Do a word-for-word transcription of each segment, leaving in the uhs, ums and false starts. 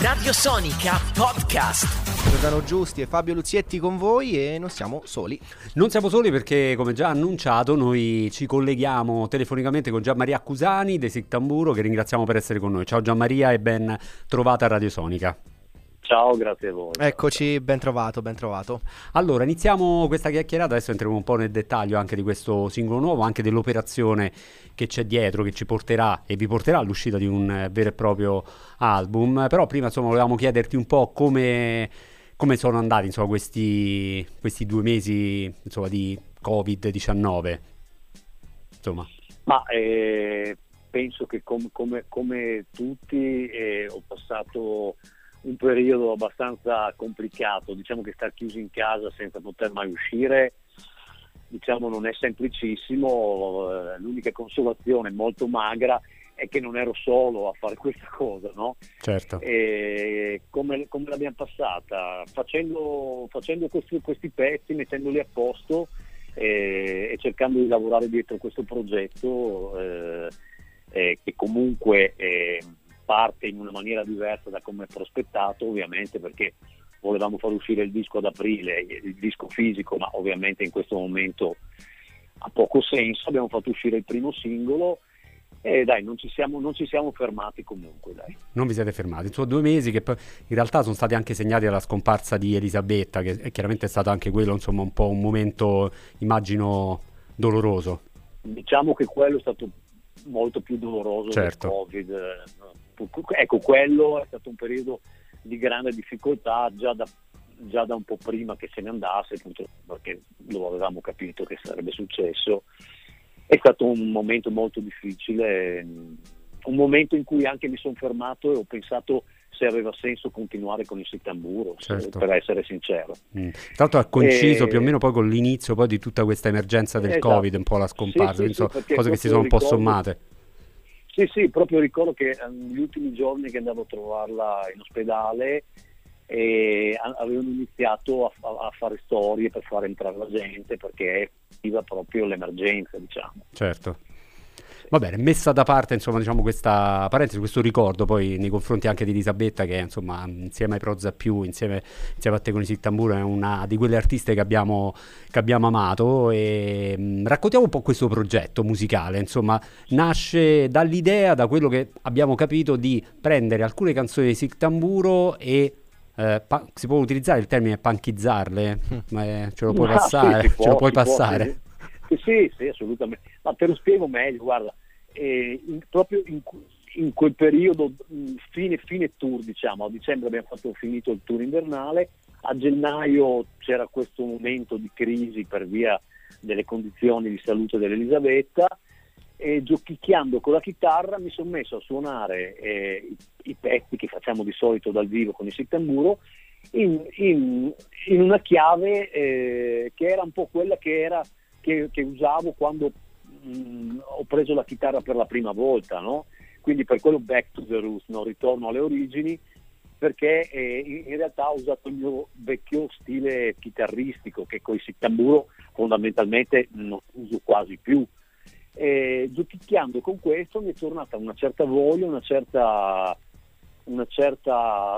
Radio Sonica Podcast. Giordano Giusti e Fabio Luzietti con voi e non siamo soli. Non siamo soli perché, come già annunciato, noi ci colleghiamo telefonicamente con Gianmaria Accusani dei Sictamburo, che ringraziamo per essere con noi. Ciao Gianmaria e ben trovata a Radio Sonica. Ciao, grazie a voi. Eccoci, ben trovato, ben trovato. Allora, iniziamo questa chiacchierata, adesso entriamo un po' nel dettaglio anche di questo singolo nuovo, anche dell'operazione che c'è dietro, che ci porterà e vi porterà all'uscita di un vero e proprio album. Però prima, insomma, volevamo chiederti un po' come, come sono andati, insomma, questi, questi due mesi, insomma, di covid diciannove. Insomma. Ma eh, penso che com- come, come tutti eh, ho passato un periodo abbastanza complicato. Diciamo che star chiusi in casa senza poter mai uscire, diciamo, non è semplicissimo. L'unica consolazione molto magra è che non ero solo a fare questa cosa, no? Certo. E come, come l'abbiamo passata? Facendo, facendo questi, questi pezzi, mettendoli a posto e, e cercando di lavorare dietro questo progetto eh, eh, che comunque eh, parte in una maniera diversa da come prospettato, ovviamente, perché volevamo far uscire il disco ad aprile, il disco fisico, ma ovviamente in questo momento ha poco senso. Abbiamo fatto uscire il primo singolo e dai, non ci siamo, non ci siamo fermati comunque, dai. Non vi siete fermati, sono due mesi che poi in realtà sono stati anche segnati dalla scomparsa di Elisabetta, che è chiaramente stato anche quello, insomma, un po' un momento, immagino, doloroso. Diciamo che quello è stato molto più doloroso, certo, del Covid. Ecco, quello è stato un periodo di grande difficoltà già da, già da un po' prima che se ne andasse, perché lo avevamo capito che sarebbe successo. È stato un momento molto difficile, un momento in cui anche mi sono fermato e ho pensato se aveva senso continuare con il Sictamburo, certo, per essere sincero. Mm. Tra l'altro ha coinciso e... più o meno poi con l'inizio poi di tutta questa emergenza del esatto. Covid, un po' la scomparsa, sì, sì, quindi sì, cose che si sono un po' ricordo... sommate. Sì, sì, proprio ricordo che negli ultimi giorni che andavo a trovarla in ospedale e avevano iniziato a, a fare storie per far entrare la gente, perché arriva proprio l'emergenza, diciamo. Certo. Va bene, messa da parte, insomma, diciamo, questa parentesi, questo ricordo poi nei confronti anche di Elisabetta, che insomma insieme ai Proza più, insieme, insieme a te con i Sictamburo, è una di quelle artiste che abbiamo, che abbiamo amato. E mh, raccontiamo un po' questo progetto musicale. Insomma, nasce dall'idea, da quello che abbiamo capito, di prendere alcune canzoni di Sictamburo e eh, pa- si può utilizzare il termine panchizzarle? Ma eh, ce lo puoi Ma passare? sì, può, ce lo puoi può, passare? Sì. Sì, sì, sì, assolutamente. Ma te lo spiego meglio, guarda, eh, in, proprio in, in quel periodo, fine, fine tour, diciamo, a dicembre abbiamo fatto finito il tour invernale, a gennaio c'era questo momento di crisi per via delle condizioni di salute dell'Elisabetta, e giochicchiando con la chitarra mi sono messo a suonare eh, i, i pezzi che facciamo di solito dal vivo con il Sictamburo in, in, in una chiave eh, che era un po' quella che era Che, che usavo quando mh, ho preso la chitarra per la prima volta, no? Quindi per quello back to the roots, no? Ritorno alle origini, perché eh, in, in realtà ho usato il mio vecchio stile chitarristico che con il Sictamburo fondamentalmente non uso quasi più. E giochicchiando con questo mi è tornata una certa voglia, una certa, una certa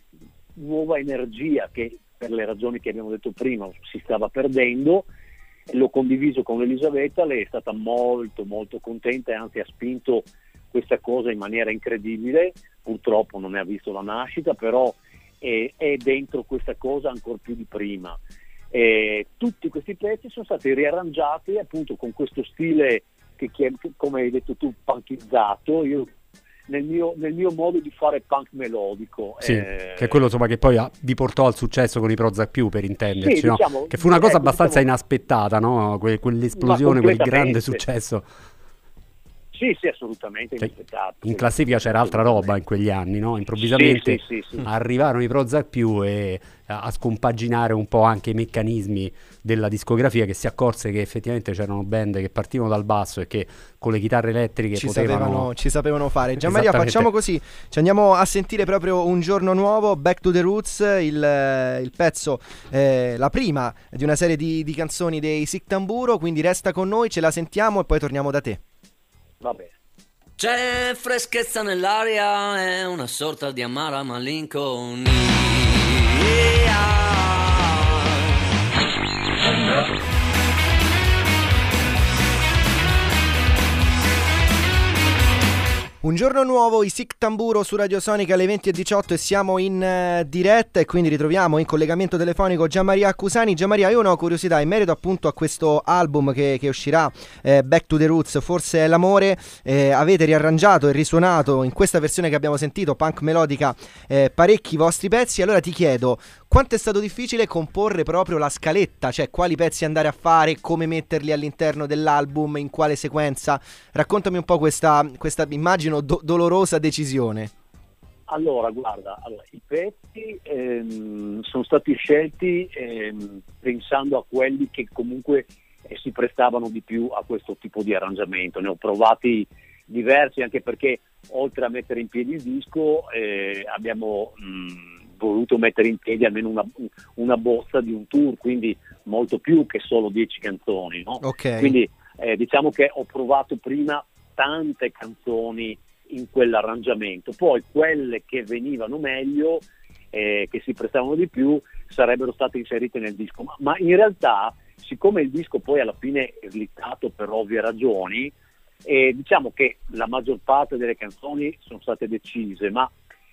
nuova energia che, per le ragioni che abbiamo detto prima, si stava perdendo. L'ho condiviso con Elisabetta, lei è stata molto molto contenta e anzi ha spinto questa cosa in maniera incredibile. Purtroppo non ne ha visto la nascita, però è, è dentro questa cosa ancora più di prima. E tutti questi pezzi sono stati riarrangiati appunto con questo stile che, che come hai detto tu, punkizzato. Io Nel mio, nel mio modo di fare punk melodico, sì, eh... che è quello, insomma, che poi ha, vi portò al successo con i Prozac più, per intenderci, sì, no? diciamo, Che fu una cosa ecco, abbastanza diciamo... inaspettata, no? Que- quell'esplosione, quel grande completamente. successo. Sì, sì, assolutamente Cioè, inaspettato. in classifica c'era altra roba in quegli anni, no? Improvvisamente sì, sì, sì, sì. arrivarono i Prozac più e a, a scompaginare un po' anche i meccanismi della discografia, che si accorse che effettivamente c'erano band che partivano dal basso e che con le chitarre elettriche ci potevano sapevano, ci sapevano fare. Gianmaria, facciamo così, ci andiamo a sentire proprio Un giorno nuovo, Back to the Roots, il, il pezzo, eh, la prima di una serie di, di canzoni dei Sictamburo, quindi resta con noi, ce la sentiamo e poi torniamo da te. Va bene. C'è freschezza nell'aria, è una sorta di amara malinconia. Un giorno nuovo, i Sic Tamburo su Radio Sonica alle venti e diciotto e siamo in uh, diretta e quindi ritroviamo in collegamento telefonico Gianmaria Accusani. Gianmaria, io ho una curiosità in merito appunto a questo album che, che uscirà, eh, Back to the Roots, Forse è l'amore. Eh, avete riarrangiato e risuonato in questa versione che abbiamo sentito, punk melodica, eh, parecchi vostri pezzi. Allora ti chiedo, quanto è stato difficile comporre proprio la scaletta? Cioè quali pezzi andare a fare, come metterli all'interno dell'album, in quale sequenza? Raccontami un po' questa, questa immagino Do- dolorosa decisione. Allora, guarda, allora, i pezzi ehm, sono stati scelti ehm, pensando a quelli che comunque eh, si prestavano di più a questo tipo di arrangiamento. Ne ho provati diversi, anche perché oltre a mettere in piedi il disco eh, abbiamo mh, voluto mettere in piedi almeno una, una bozza di un tour, quindi molto più che solo dieci canzoni, no? Okay. Quindi eh, diciamo che ho provato prima tante canzoni in quell'arrangiamento, poi quelle che venivano meglio, eh, che si prestavano di più, sarebbero state inserite nel disco, ma, ma in realtà, siccome il disco poi alla fine è slittato per ovvie ragioni, eh, diciamo che la maggior parte delle canzoni sono state decise, ma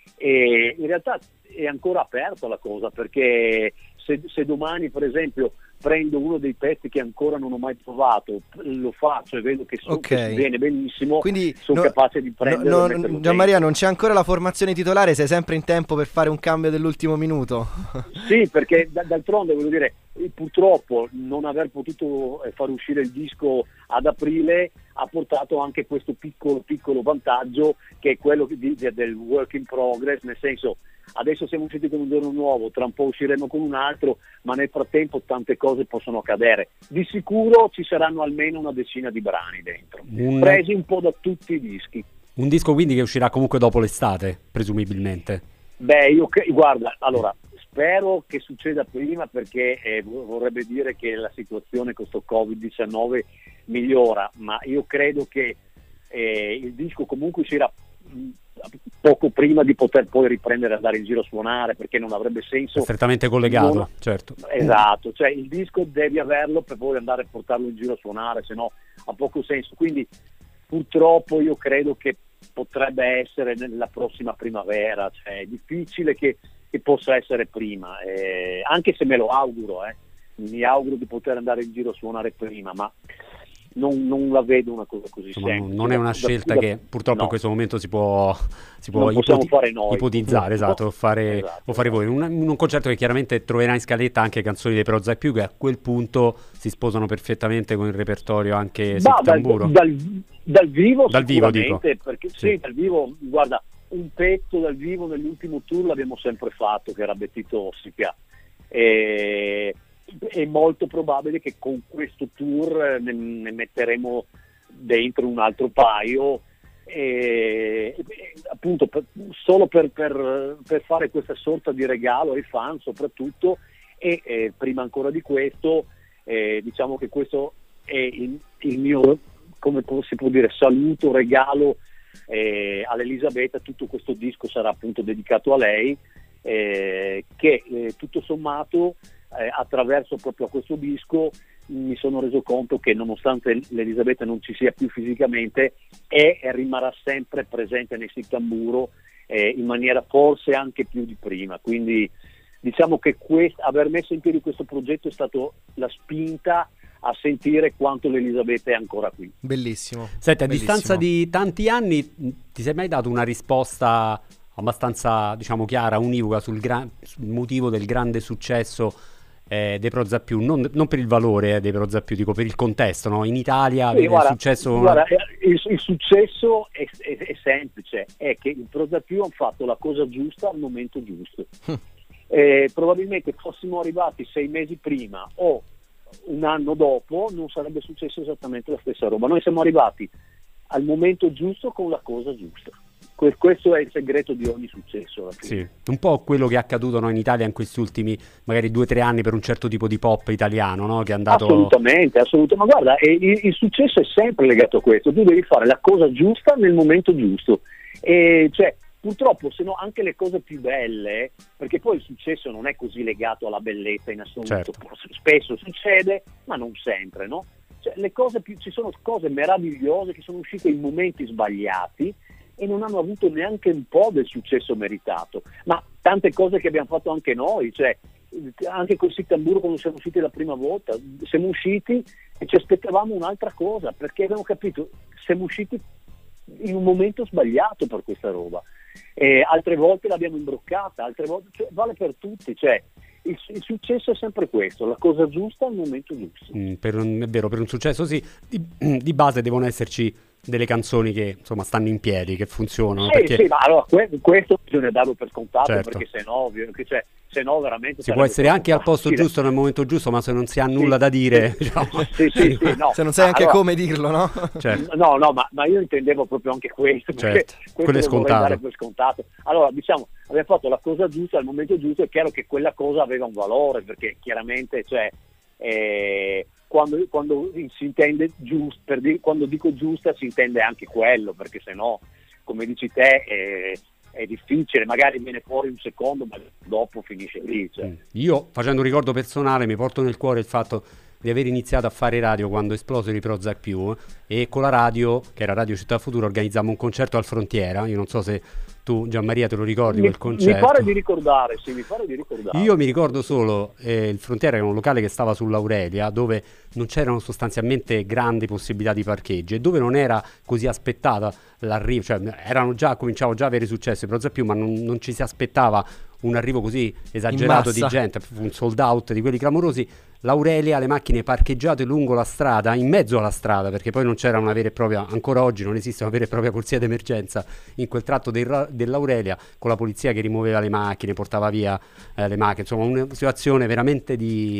eh, in realtà è ancora aperta la cosa, perché se, se domani per esempio prendo uno dei pezzi che ancora non ho mai provato, lo faccio e vedo che, so, okay. che viene benissimo, quindi sono no, capace di prenderlo. No, no, Gianmaria, non c'è ancora la formazione titolare, sei sempre in tempo per fare un cambio dell'ultimo minuto? Sì, perché d- d'altronde voglio dire, purtroppo non aver potuto far uscire il disco ad aprile ha portato anche questo piccolo piccolo vantaggio, che è quello di, del work in progress, nel senso, adesso siamo usciti con un giorno nuovo, tra un po' usciremo con un altro, ma nel frattempo tante cose possono accadere. Di sicuro ci saranno almeno una decina di brani dentro, un... presi un po' da tutti i dischi. Un disco quindi che uscirà comunque dopo l'estate, presumibilmente. Beh, io che, guarda, allora, spero che succeda prima, perché eh, vorrebbe dire che la situazione con questo covid diciannove migliora, ma io credo che eh, il disco comunque uscirà mh, poco prima di poter poi riprendere a andare in giro a suonare, perché non avrebbe senso. È strettamente collegato, non... certo. Esatto, cioè il disco devi averlo per poi andare a portarlo in giro a suonare, se no ha poco senso. Quindi purtroppo io credo che potrebbe essere nella prossima primavera, cioè è difficile che, che possa essere prima, eh, anche se me lo auguro, eh. mi auguro di poter andare in giro a suonare prima, ma Non, non la vedo una cosa così Insomma, semplice. non è una scelta da, che purtroppo no. in questo momento si può, si può ipoti- fare noi. ipotizzare, esatto, o fare, esatto, o fare voi. Un, un concerto che chiaramente troverà in scaletta anche canzoni dei Prozza più, che a quel punto si sposano perfettamente con il repertorio anche Sic Tamburo. Dal, dal, dal vivo dal vivo dico. Perché, sì. sì, dal vivo, guarda, un pezzo dal vivo nell'ultimo tour l'abbiamo sempre fatto, che era Bettito Ossica. E è molto probabile che con questo tour ne, ne metteremo dentro un altro paio, e, e, appunto per, solo per, per, per fare questa sorta di regalo ai fan soprattutto, e eh, prima ancora di questo eh, diciamo che questo è il, il mio, come si può dire, saluto, regalo eh, all'Elisabetta. Tutto questo disco sarà appunto dedicato a lei, eh, che eh, tutto sommato Eh, attraverso proprio questo disco mi sono reso conto che nonostante l'Elisabetta non ci sia più fisicamente, è e rimarrà sempre presente nei Sic Tamburo eh, in maniera forse anche più di prima. Quindi diciamo che quest- aver messo in piedi questo progetto è stato la spinta a sentire quanto l'Elisabetta è ancora qui. Bellissimo. Senti, a Bellissimo. distanza di tanti anni ti sei mai dato una risposta abbastanza, diciamo, chiara, univoca sul, gra- sul motivo del grande successo Eh, dei Prozza più, non, non per il valore eh, dei Prozza più, dico per il contesto, no? In Italia sì, guarda, successo guarda, il, il successo è, è, è semplice, è che il Prozza più hanno fatto la cosa giusta al momento giusto. eh, probabilmente fossimo arrivati sei mesi prima o un anno dopo non sarebbe successo esattamente la stessa roba. Noi siamo arrivati al momento giusto con la cosa giusta. que- questo è il segreto di ogni successo alla fine. Sì, un po' quello che è accaduto no, in Italia in questi ultimi magari due o tre anni per un certo tipo di pop italiano, no? Che è andato... Assolutamente, assolutamente. Ma guarda, eh, il, il successo è sempre legato a questo, tu devi fare la cosa giusta nel momento giusto. E cioè, purtroppo, se no anche le cose più belle, perché poi il successo non è così legato alla bellezza in assoluto, certo. Spesso succede, ma non sempre, no? Cioè, le cose più, ci sono cose meravigliose che sono uscite in momenti sbagliati e non hanno avuto neanche un po' del successo meritato, ma tante cose che abbiamo fatto anche noi, cioè anche col Sic Tamburo quando siamo usciti la prima volta, siamo usciti e ci aspettavamo un'altra cosa, perché abbiamo capito, siamo usciti in un momento sbagliato per questa roba, e altre volte l'abbiamo imbroccata, altre volte, cioè, vale per tutti, cioè il, il successo è sempre questo, la cosa giusta al momento giusto. Mm, per un, è vero, per un successo sì, di, di base devono esserci delle canzoni che insomma stanno in piedi, che funzionano. Sì, perché... sì, ma allora que- questo bisogna darlo per scontato, certo. Perché se no, ovvio, che cioè, se no veramente si può essere anche al posto giusto nel momento giusto, ma se non si ha nulla sì, da dire, sì, diciamo. sì, sì, sì, no. Se non sai anche allora, come dirlo, no? Certo. No, no, ma, ma io intendevo proprio anche questo, perché Certo. questo Quello è lo vorrei scontato. dare per scontato. Allora, diciamo, abbiamo fatto la cosa giusta al momento giusto, è chiaro che quella cosa aveva un valore, perché chiaramente, cioè, eh, quando, quando si intende giusto, per dire, quando dico giusta si intende anche quello, perché se no, come dici te, eh, è difficile, magari viene fuori un secondo, ma dopo finisce lì. Cioè. Io, facendo un ricordo personale, mi porto nel cuore il fatto di aver iniziato a fare radio quando esplosero i Prozac più, e con la radio, che era Radio Città Futura, organizzammo un concerto al Frontiera. Io non so se tu, Gianmaria, te lo ricordi mi, quel concerto. Mi pare di ricordare, sì, mi pare di ricordare. Io mi ricordo solo eh, il Frontiera era un locale che stava sull'Aurelia, dove non c'erano sostanzialmente grandi possibilità di parcheggio e dove non era così aspettata l'arrivo, cioè erano già, cominciavo già a avere successo i Prozac più, ma non, non ci si aspettava un arrivo così esagerato di gente, un sold out di quelli clamorosi. L'Aurelia, le macchine parcheggiate lungo la strada, in mezzo alla strada, perché poi non c'era una vera e propria, ancora oggi non esiste una vera e propria corsia d'emergenza in quel tratto del, dell'Aurelia, con la polizia che rimuoveva le macchine, portava via eh, le macchine, insomma una situazione veramente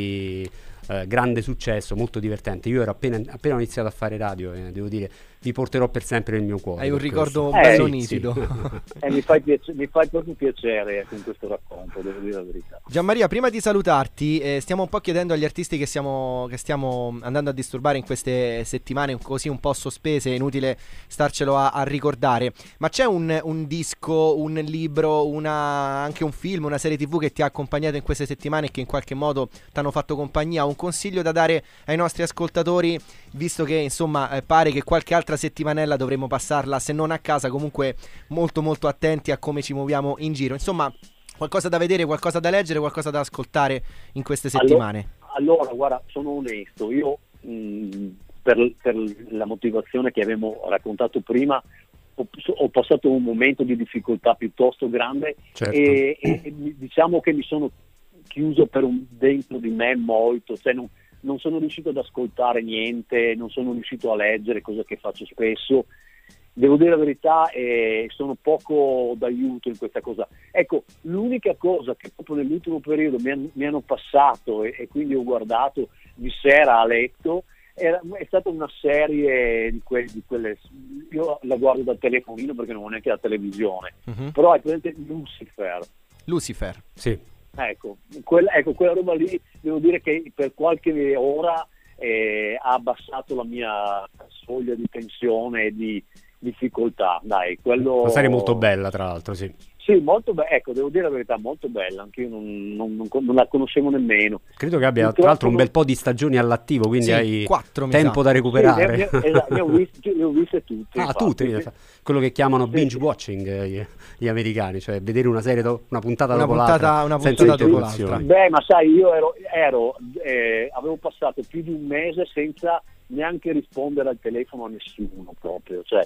di eh, grande successo, molto divertente. Io ero appena, appena ho iniziato a fare radio e eh, devo dire, vi porterò per sempre nel mio cuore. Hai un ricordo Eh, bello sì, nitido. sì. Eh, mi, fai piace- mi fai proprio piacere con questo racconto, devo dire la verità. Gianmaria, prima di salutarti, eh, stiamo un po' chiedendo agli artisti che, siamo, che stiamo andando a disturbare in queste settimane così un po' sospese, è inutile starcelo a, a ricordare, ma c'è un, un disco, un libro, una, anche un film, una serie tv che ti ha accompagnato in queste settimane e che in qualche modo ti hanno fatto compagnia, un consiglio da dare ai nostri ascoltatori, visto che insomma eh, pare che qualche altra settimanella dovremo passarla, se non a casa, comunque molto molto attenti a come ci muoviamo in giro, insomma qualcosa da vedere, qualcosa da leggere, qualcosa da ascoltare in queste settimane. Allora, allora guarda, sono onesto, io mh, per, per la motivazione che avevamo raccontato prima ho, ho passato un momento di difficoltà piuttosto grande, Certo. e, e, e diciamo che mi sono chiuso per un dentro di me molto, cioè non, non sono riuscito ad ascoltare niente, non sono riuscito a leggere, cosa che faccio spesso. Devo dire la verità, eh, sono poco d'aiuto in questa cosa. Ecco, l'unica cosa che proprio nell'ultimo periodo mi, han, mi hanno passato e, e quindi ho guardato di sera a letto, era, è stata una serie di, que, di quelle, io la guardo dal telefonino perché non ho neanche la televisione, Mm-hmm. però è presente Lucifer. Lucifer. Sì. Ecco quella, ecco, quella roba lì, devo dire che per qualche ora eh, ha abbassato la mia soglia di tensione e di difficoltà, dai, quello... Una serie molto bella, tra l'altro, sì. Sì, molto bella, ecco, devo dire la verità, molto bella, anche io non, non, non, non la conoscevo nemmeno. Credo che abbia, Purtroppo tra l'altro, un non- bel po' di stagioni all'attivo, quindi Sì, hai quattro, mi tempo sa. da recuperare. Sì, ne, ne, esatto, ne ho viste, ne ho viste tutte. Ah, infatti, tutte, sì. quello che chiamano Sì, binge sì. watching eh, gli, gli americani, cioè vedere una serie, do- una puntata Una dopo puntata- l'altra, una senza puntata dopo interruzioni. l'altra. Beh, ma sai, io ero, ero eh, avevo passato più di un mese senza neanche rispondere al telefono a nessuno proprio, cioè,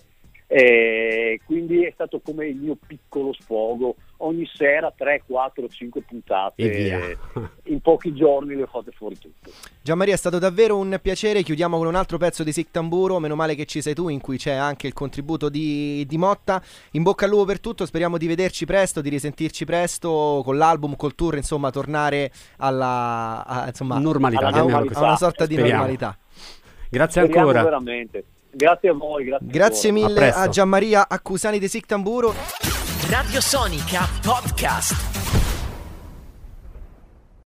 eh, quindi è stato come il mio piccolo sfogo, ogni sera tre, quattro, cinque puntate, E via. eh, in pochi giorni le ho fatte fuori tutte. Gianmaria, è stato davvero un piacere. Chiudiamo con un altro pezzo di Sic Tamburo, meno male che ci sei tu, in cui c'è anche il contributo di, di Motta. In bocca al lupo per tutto, speriamo di vederci presto, di risentirci presto con l'album, col tour, insomma tornare alla a, insomma, Normalità, alla a, un- chiamiamola normalità. così. a una sorta di Speriamo. normalità. Grazie Speriamo ancora. veramente. Grazie a voi, grazie, Grazie a mille A a Gianmaria Accusani di Sic Tamburo. Radio Sonica Podcast.